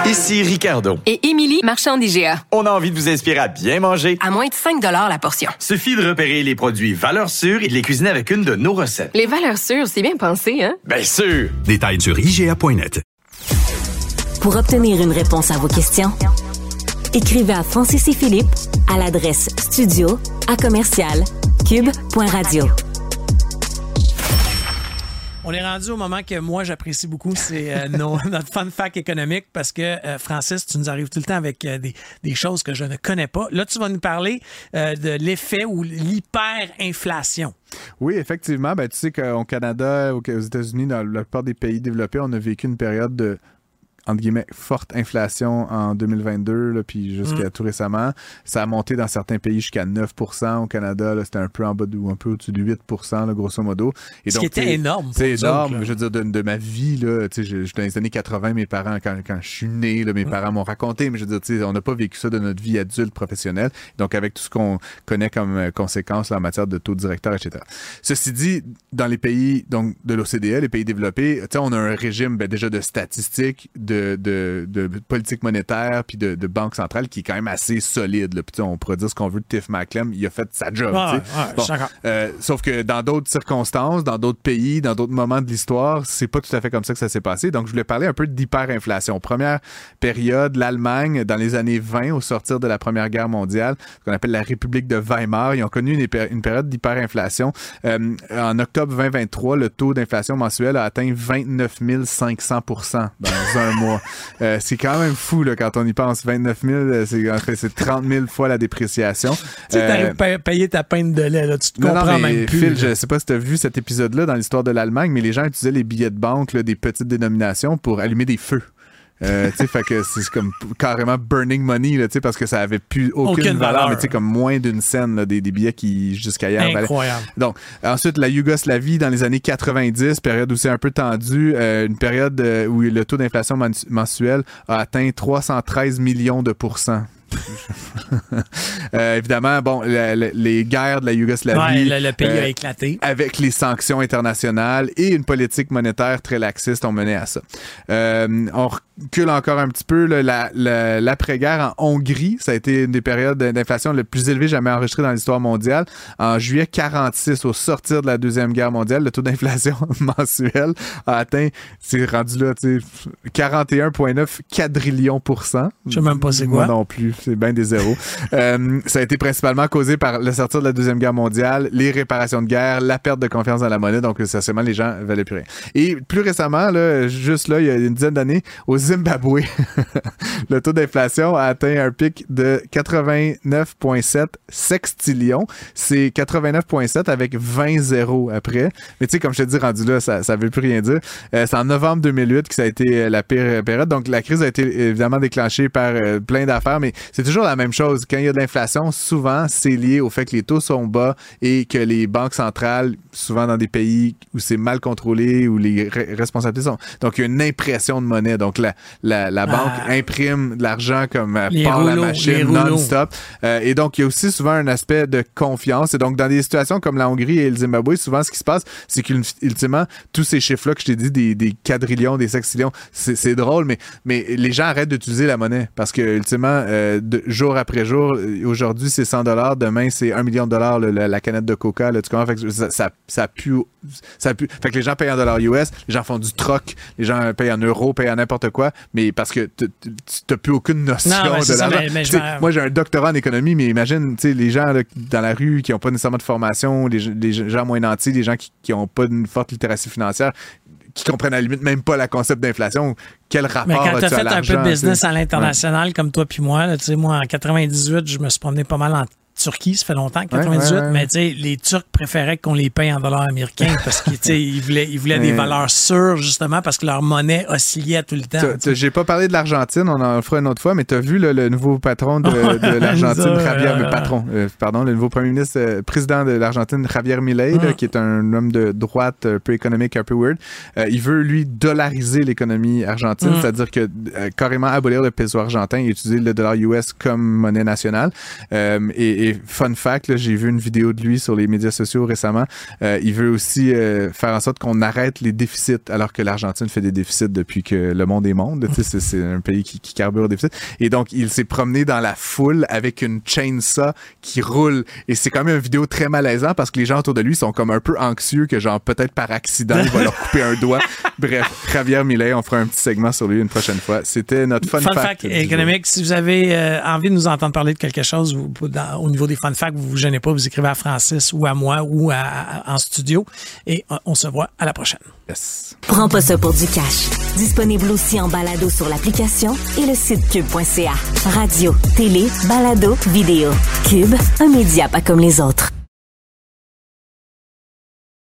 Ici Ricardo. Et Émilie, marchand d'IGA. On a envie de vous inspirer à bien manger. À moins de 5 $ la portion. Suffit de repérer les produits valeurs sûres et de les cuisiner avec une de nos recettes. Les valeurs sûres, c'est bien pensé, hein? Bien sûr! Détails sur IGA.net. Pour obtenir une réponse à vos questions, écrivez à Francis et Philippe à l'adresse studio@commercial-cube.radio. On est rendu au moment que moi, j'apprécie beaucoup, c'est notre fun fact économique parce que, Francis, tu nous arrives tout le temps avec des choses que je ne connais pas. Là, tu vas nous parler de l'effet ou l'hyperinflation. Oui, effectivement. Ben, tu sais qu'au Canada, aux États-Unis, dans la plupart des pays développés, on a vécu une période de, entre guillemets, forte inflation en 2022, là, puis jusqu'à tout récemment. Ça a monté dans certains pays jusqu'à 9%. Au Canada, là, c'était un peu en bas ou un peu au-dessus de 8%, là, grosso modo. Et ce donc, qui était énorme. C'est énorme. Autres, je veux dire, de ma vie, là, tu sais, dans les années 80, mes parents, quand je suis né, là, mes parents m'ont raconté, mais je veux dire, tu sais, on n'a pas vécu ça de notre vie adulte professionnelle. Donc, avec tout ce qu'on connaît comme conséquences là, en matière de taux directeur, etc. Ceci dit, dans les pays donc de l'OCDE, les pays développés, tu sais, on a un régime déjà de statistiques, de politique monétaire puis de banque centrale qui est quand même assez solide. Là. Puis, on pourrait dire ce qu'on veut de Tiff Macklem, il a fait sa job. Sauf que dans d'autres circonstances, dans d'autres pays, dans d'autres moments de l'histoire, c'est pas tout à fait comme ça que ça s'est passé. Donc, je voulais parler un peu d'hyperinflation. Première période, l'Allemagne, dans les années 20, au sortir de la Première Guerre mondiale, ce qu'on appelle la République de Weimar, ils ont connu une période d'hyperinflation. En octobre 2023, le taux d'inflation mensuel a atteint 29 500% dans un mois. C'est quand même fou là, quand on y pense. 29 000, c'est 30 000 fois la dépréciation. Tu sais, t'arrives à payer ta pinte de lait, là, tu te comprends même plus. Phil, je sais pas si tu as vu cet épisode-là dans l'histoire de l'Allemagne, mais les gens utilisaient les billets de banque là, des petites dénominations pour allumer des feux. Fait que c'est comme carrément burning money là, parce que ça avait plus aucune valeur, mais comme moins d'une scène là, des billets qui jusqu'à hier incroyable. Donc ensuite la Yougoslavie dans les années 90, période où c'est un peu tendu, une période où le taux d'inflation mensuel a atteint 313 millions de %. Évidemment, bon, les guerres de la Yougoslavie, le pays a éclaté. Avec les sanctions internationales et une politique monétaire très laxiste ont mené à ça. On recule encore un petit peu l'après-guerre en Hongrie. Ça a été une des périodes d'inflation les plus élevées jamais enregistrées dans l'histoire mondiale. En juillet 46, au sortir de la Deuxième Guerre mondiale, le taux d'inflation mensuel a atteint, c'est rendu là, 41,9 quadrillions %. Je sais même pas c'est quoi. Moi non plus. C'est bien des zéros. Ça a été principalement causé par le sortir de la Deuxième Guerre mondiale, les réparations de guerre, la perte de confiance dans la monnaie. Donc, essentiellement, les gens ne valaient plus rien. Et plus récemment, là, juste là, il y a une dizaine d'années, au Zimbabwe, le taux d'inflation a atteint un pic de 89,7 sextillions. C'est 89,7 avec 20 zéros après. Mais tu sais, comme je te dis, rendu là, ça ne veut plus rien dire. C'est en novembre 2008 que ça a été la pire période. Donc, la crise a été évidemment déclenchée par plein d'affaires, mais c'est toujours la même chose. Quand il y a de l'inflation, souvent, c'est lié au fait que les taux sont bas et que les banques centrales, souvent dans des pays où c'est mal contrôlé, où les responsabilités sont... Donc, il y a une impression de monnaie. Donc, la banque imprime de l'argent comme par la machine non-stop. Et donc, il y a aussi souvent un aspect de confiance. Et donc, dans des situations comme la Hongrie et le Zimbabwe, souvent, ce qui se passe, c'est qu'ultimement, tous ces chiffres-là que je t'ai dit, des quadrillions, des sextillions, c'est drôle, mais les gens arrêtent d'utiliser la monnaie parce que, ultimement, jour après jour, aujourd'hui c'est 100 $, demain c'est 1 million de dollars la canette de Coca, là, tu comprends? Fait que ça pue. Fait que les gens payent en dollars US, les gens font du troc, les gens payent en euros, payent en n'importe quoi, mais parce que tu n'as plus aucune notion de l'argent. Moi j'ai un doctorat en économie, mais imagine les gens là, dans la rue qui n'ont pas nécessairement de formation, les gens moins nantis, les gens qui n'ont pas une forte littératie financière, qui comprennent à la limite même pas le concept d'inflation. Quel rapport mais quand as-tu à fait l'argent? Un peu de business à l'international comme toi puis moi, moi en 98, je me suis promené pas mal en Turquie, ça fait longtemps, 98, mais les Turcs préféraient qu'on les paye en dollars américains parce qu'ils voulaient des valeurs sûres, justement, parce que leur monnaie oscillait tout le temps. J'ai pas parlé de l'Argentine, on en fera une autre fois, mais tu as vu le nouveau patron de l'Argentine, le nouveau premier ministre, président de l'Argentine, Javier Milei, là, qui est un homme de droite, un peu économique, un peu weird. Il veut, lui, dollariser l'économie argentine, c'est-à-dire que carrément abolir le peso argentin et utiliser le dollar US comme monnaie nationale. Et Et fun fact, là, j'ai vu une vidéo de lui sur les médias sociaux récemment. Il veut aussi faire en sorte qu'on arrête les déficits, alors que l'Argentine fait des déficits depuis que le monde est monde. Tu sais, c'est un pays qui carbure au déficit. Et donc, il s'est promené dans la foule avec une chainsaw qui roule. Et c'est quand même une vidéo très malaisant parce que les gens autour de lui sont comme un peu anxieux que genre peut-être par accident, il va leur couper un doigt. Bref, Javier Milei, on fera un petit segment sur lui une prochaine fois. C'était notre fun fact économique. Si vous avez envie de nous entendre parler de quelque chose au niveau des fun facts, vous vous gênez pas, vous écrivez à Francis ou à moi ou en studio et on se voit à la prochaine. Yes. Prends pas ça pour du cash. Disponible aussi en balado sur l'application et le site cube.ca. Radio, télé, balado, vidéo. Cube, un média pas comme les autres.